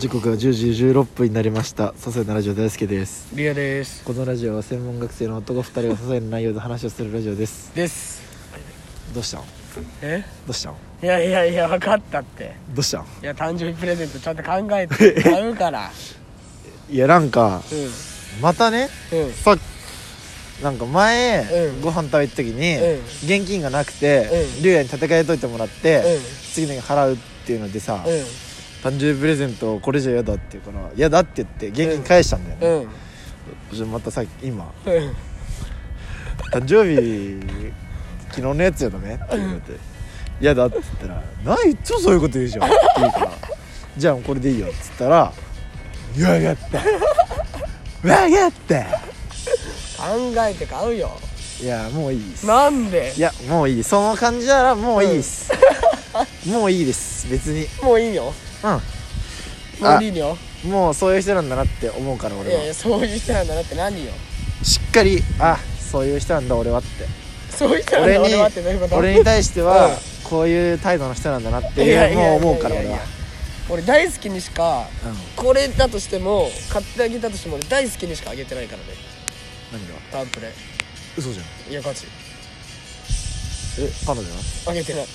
時刻は10時16分になりました。些細なラジオ大輔です。 リアです。 このラジオは専門学生の男2人が些細な内容で話をするラジオです。どうしたん？どうしたん？ いや分かったって。 どうしたん？ いや誕生日プレゼントちゃんと考えて買うからいやなんか、またね、さっなんか前、ご飯食べた時に、現金がなくて、龍也に立て替えといてもらって、次の日払うっていうのでさ、誕生日プレゼントこれじゃ嫌だって言うから嫌だって言って現金返したんだよね。そしてまたさっき今、誕生日昨日のやつやだねって言われて嫌だって言ったら何いつもそういうこと言うじゃんって言うからじゃあこれでいいよって言ったら分かった考えて買うよ。 いやもういいです。 なんで？ いやもういい、その感じならもういいです、もういいです。別にもういいよ。もういいよ。 もうそういう人なんだなって思うから俺は。 いやそういう人なんだなって何よ。 しっかりそういう人なんだ俺はって、 そういう人なんだ俺はってどういうこと？ 俺に対してはこういう態度の人なんだなっていうもう思うから俺は。 俺大好きにしか、これだとしても買ってあげたとしても俺大好きにしかあげてないからね。 何が？ タンプレ。 嘘じゃん。 いやガチ。 彼女はあげてない。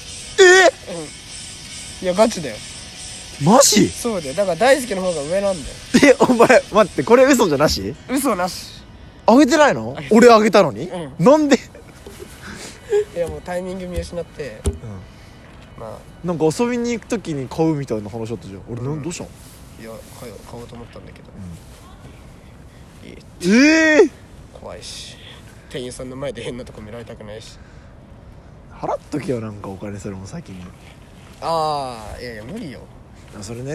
いやガチだよ。 マジ？ そうだよ。だから大好きの方が上なんだよ。 お前待って、これ嘘じゃなし？ 嘘なし。 あげてないの？俺あげたのに？なんで？ いやもうタイミング見失って、 なんか遊びに行く時に買うみたいな話だったじゃん。俺どうしたの？ いや買おうと思ったんだけど、怖いし店員さんの前で変なとこ見られたくないし。 払っとけよなんかお金。それも先に。 いや無理よ。 それねって。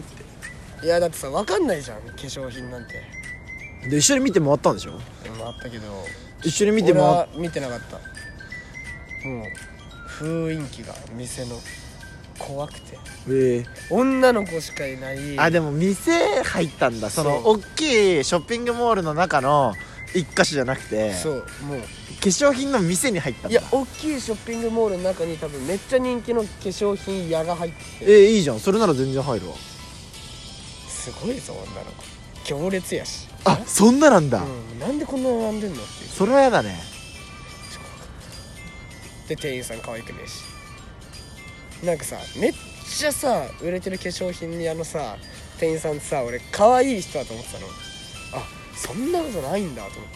いやだってさ分かんないじゃん化粧品なんて。 で一緒に見て回ったんでしょ？ 回ったけど一緒に見て俺は見てなかった。もう雰囲気が店の怖くて、女の子しかいない。 でも店入ったんだ。その大きいショッピングモールの中の一箇所じゃなくて、 そうもう化粧品の店に入ったんだ。 いや大きいショッピングモールの中に多分めっちゃ人気の化粧品屋が入ってて、 いいじゃん。それなら全然入るわ。 すごいぞ女の子。行列やし。 そんななんだ。 なんでこんな並んでんのっていう。 それはやだね。 で店員さん可愛くねえし、なんかさめっちゃさ売れてる化粧品屋のさ店員さんさ俺可愛い人だと思ってたの。そんなことないんだと思って。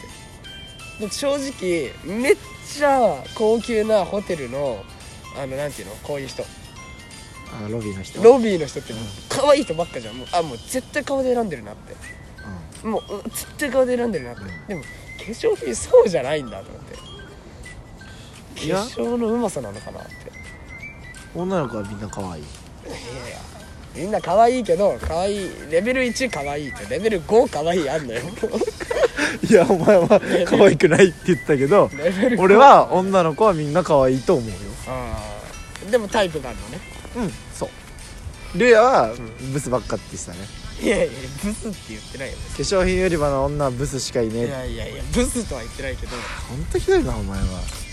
で正直めっちゃ高級なホテルのなんていうのこういう人、 ロビーの人って可愛い人ばっかじゃん。もう絶対顔で選んでるなって、もう絶対顔で選んでるなって、でも化粧品そうじゃないんだと思って。化粧のうまさなのかなって。 女の子はみんな可愛い。 みんな可愛いけど、可愛いレベル1可愛いってレベル5可愛いあんのよいやお前は可愛くないって言ったけど俺は女の子はみんな可愛いと思うよ。 でもタイプがあるのね。 そう龍也はブスばっかって言ってたね。 いやブスって言ってないよ。 化粧品売り場の女はブスしかいねえ。 いやブスとは言ってないけど。 ほんとひどいなお前は。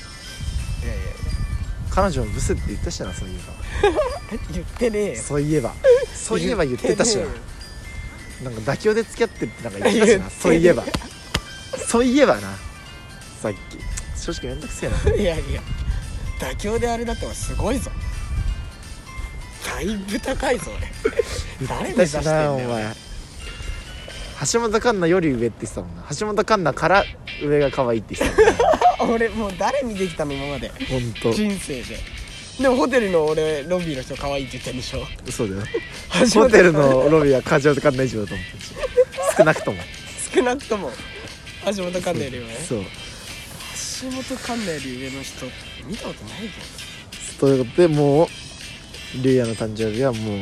彼女もブスって言ったしな。そういえば言ってねえよ。 そういえば言ってたしな。なんか妥協で付き合ってるってなんか言ってたしなそういえばな。さっき正直めんどくせえな。 いや妥協であれだってすごいぞ。だいぶ高いぞ俺誰目指してんだよお前。 橋本環奈より上って言ってたもんな。橋本環奈から上が可愛いって言ってたもん俺もう誰見てきたの今まで。 ほんと人生で。でもホテルの俺ロビーの人可愛いって言ってるんでしょ。 嘘だよホテルのロビーは橋本環奈以上だと思ってるし少なくとも橋本環奈より上。 そう橋本環奈より上の人見たことないけど。 ということでもう龍也の誕生日はもう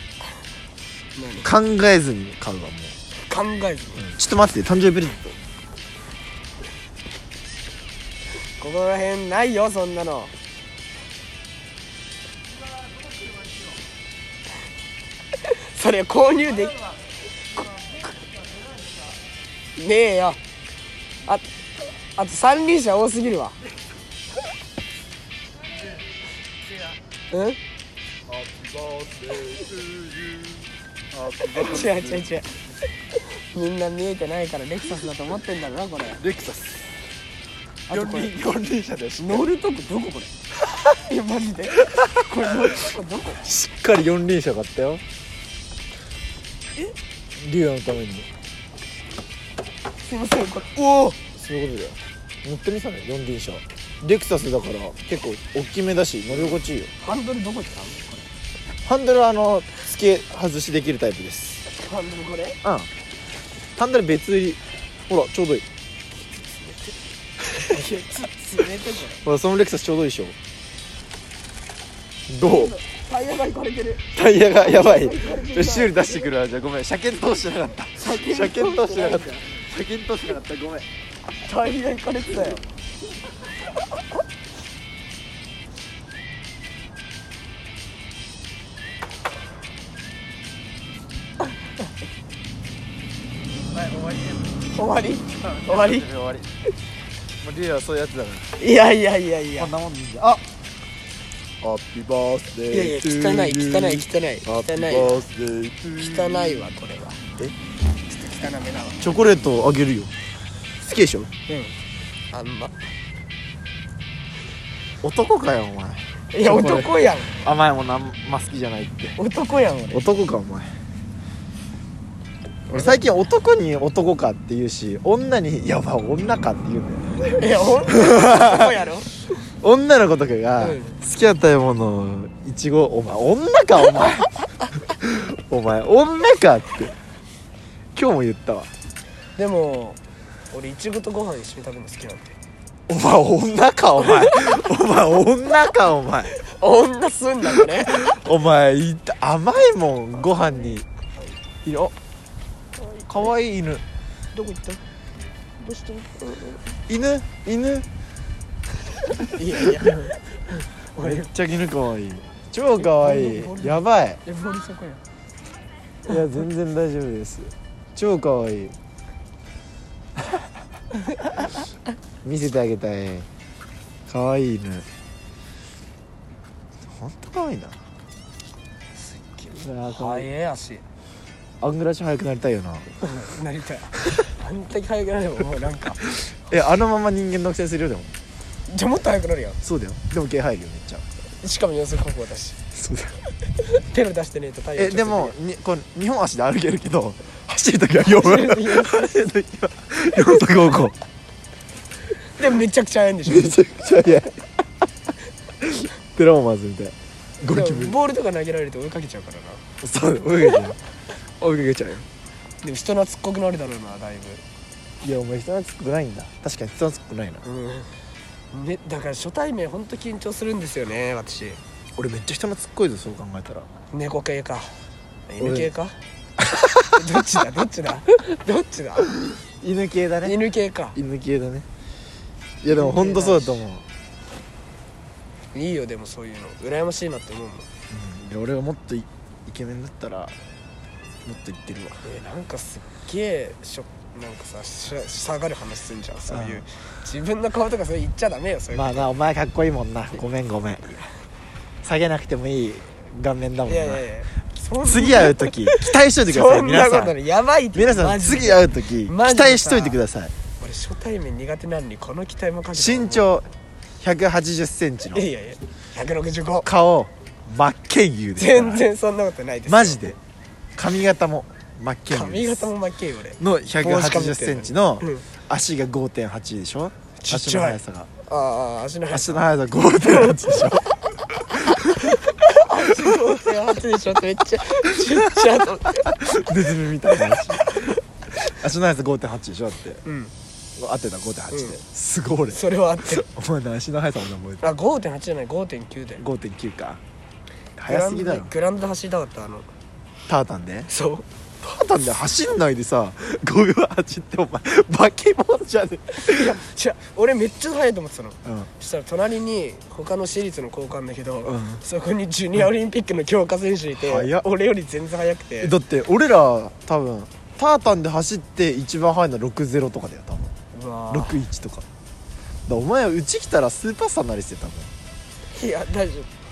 考えずに買うわ。もう考えずに、 ちょっと待って。誕生日プレゼントここら辺ないよそんなのそれ購入できねえよ。あと三輪車多すぎるわ。 違う違う違う、みんな見えてないからレクサスだと思ってんだろなこれ。 レクサスあとこれ四輪車だし乗るとこどここれいやマジでこれ乗るとこどこ。 しっかり四輪車買ったよ。リュウのために。 すいませんこれ。 おおそういうことだよ。乗ってみたね四輪車。レクサスだから結構大きめだし乗り心地いいよ。 ハンドルどこ行ったのこハンドルは付け外しできるタイプです。 れ。ハンドルこれ。 うんハンドル別売り。ほらちょうどいい。 つれてこほらそのレクサスちょうどいいでしょ。どうれ。タイヤがいかれてる。 タイヤがやばい。修理出してくるわ。じゃあごめん車検通してなかった。車検通してなかった。車検通してなかったごめん。 タイヤいかれてたよ。終わり終わり終わり。もうリュウはそういうやつだかいやいやいやいら。 やこんなもんでいいんだ。あ。ハッピーバースデー。 いやいや汚い汚い汚いハッピーバ汚いースデートゥーユー。 汚いわこれは。 え？ ちょっと汚めだわ。 チョコレートあげるよ。好きでしょ？ うん。あんま。 男かよお前。 いや男やん。 甘いもんあんま好きじゃないって。 男やん俺。 男かお前。俺最近男に男かって言うし女にやば女かって言うんだよね。 いや男やろ。 女の子とかがうん好きだったものいちごお前女かお前お前女かって今日も言ったわ。 でも俺いちごとご飯一緒に食べるの好きなんて。 お前女かお前お前女かお前女すんだこれ。 お前甘いもんご飯にいやかわいい犬。 どこ行った？どうした？ 犬いやいやめっちゃ犬かわいい。超かわいい。やばい。 ボールそこや。 いや全然大丈夫です。超かわいい見せてあげたい。かわいい犬。ほんとかわいいな。 早い足。 あんぐらい早くなりたいよななりたい。あんだけ早くなればもうなんかあのまま人間のくせにするよ。でもじゃあもっと早くなるやそうだよ。でも毛入るよめっちゃ。 ん。しかも要する方向だしそうだよ手の出してねえと太陽でもこう2本足で歩けるけど走るときは4走るときは4足歩行。 でもめちゃくちゃ速いんでしょ。 めちゃくちゃ速いテラモマーズみたい。ゴキブリ。 でもボールとか投げられて追いかけちゃうからな。 そう追いかけちゃう追いかけちゃうよ。 でも人懐っこくなるだろうなだいいやお前人懐っこくないんだ。確かに人懐っこくないな。 ぶ。うんね、だから初対面ほんと緊張するんですよね私。 俺めっちゃ人懐っこいぞそう考えたら。 猫系か犬系かどっちだどっちだどっちだ。 犬系だね。 犬系か。 犬系だね。いやでもほんとそうだと思う。 いいよでもそういうの羨ましいなって思うもん。 いや俺がもっとイケメンだったらもっと言ってるわ。 なんかすっげえなんかさ下がる話すんじゃんそういう。自分の顔とかそれ言っちゃダメよそういうまあなお前かっこいいもんな。ごめん下げなくてもいい顔面だもんな。 いや次会う時期待しといてください皆さん。 やばいって皆さん次会う時期待しといてください。 俺初対面苦手なのにこの期待もかけて身長180センチのいや165 顔真っ健優です全然そんなことないですよマジで。髪型も真っ健優髪です型も負けよ俺の180センチのうん足が 5.8 でしょ。 ちっちゃい足の速さがああ足の速さ足の速さ 5.8 でしょ足 5.8 でしょってめっちゃちっちゃとネズミみたいな足の速さ 5.8 でしょ。だってうん合ってた 5.8 で、 うんすごい俺それは合ってる。 お前の足の速さも覚えてる。 あ 5.8 じゃない 5.9 で 5.9 か速すぎだろ。 グラウンド走りたかったタータンでそうタータンで走んないでさ5秒走ってお前化け物じゃねいや違う俺めっちゃ速いと思ってたの。 え。うんそしたら隣に他の私立の高校なんだけど、 うんそこにジュニアオリンピックの強化選手いて、 速っ俺より全然速くてだって俺ら多分タータンで走って一番速いのは60とかだよ多分。 うわー 61とかだ。お前うち来たらスーパースターになりしてたもん。 いや大丈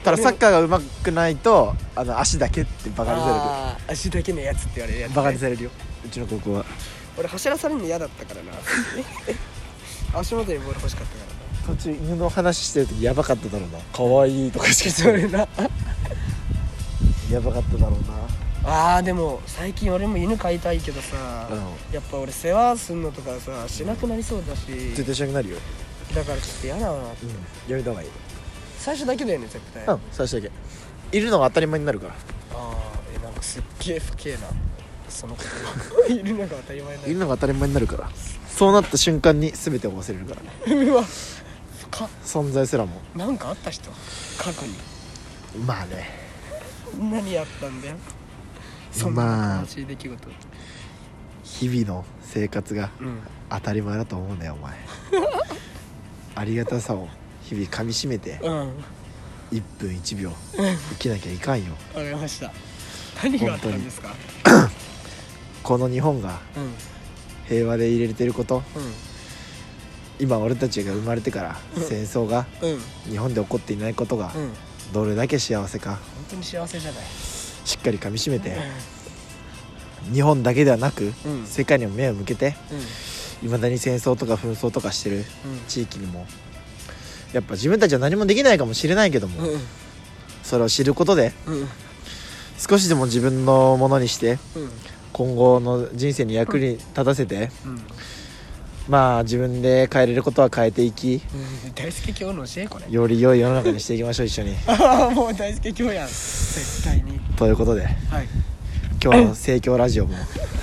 ただサッカーが上手くないと足だけってバカにさあー足だけのやつって言われるやつ、 れるバカにされるようちの高校は。 俺走らされるの嫌だったからな足元にボール欲しかったからな。 途中犬の話してる時やばかっただろうな。可愛いとかしかそれなやばかっただろうな。 でも最近俺も犬飼いたいけどさ、やっぱ俺世話すんのとかさしなくなりそうだし、 絶対しなくなるよ。 だからちょっと嫌だなって、 やめた方がいい。 最初だけだよね絶対。 最初だけいるのが当たり前になるから。 なんかすっげえ不敬なそのこといるのが当たり前になる。 いるのが当たり前になるから、そうなった瞬間に全てを忘れるからねうわ存在すらも。 なんかあった人過去にまあね、 何やったんだよそんな悲しい出来事。 日々の生活が当たり前だと思うんだよお前ありがたさを日々噛みしめて1分1秒生きなきゃいかんよ。 わかりました。何があったんですかこの日本が平和で入れてること、今俺たちが生まれてから戦争が日本で起こっていないことがどれだけ幸せか、 本当に幸せじゃない。 しっかり噛みしめて、日本だけではなく世界にも目を向けて、未だに戦争とか紛争とかしてる地域にもやっぱ自分たちは何もできないかもしれないけども、それを知ることで少しでも自分のものにして今後の人生に役に立たせて、まあ自分で変えれることは変えていき、 大輔教の教えこれより良い世の中にしていきましょう一緒にもう大輔教やん絶対に。 ということで、今日の盛況ラジオも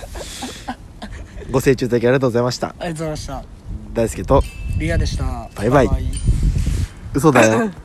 ご清聴いただきありがとうございました。 ありがとうございました。 大輔とリアでした。 バイバイ。嘘だよ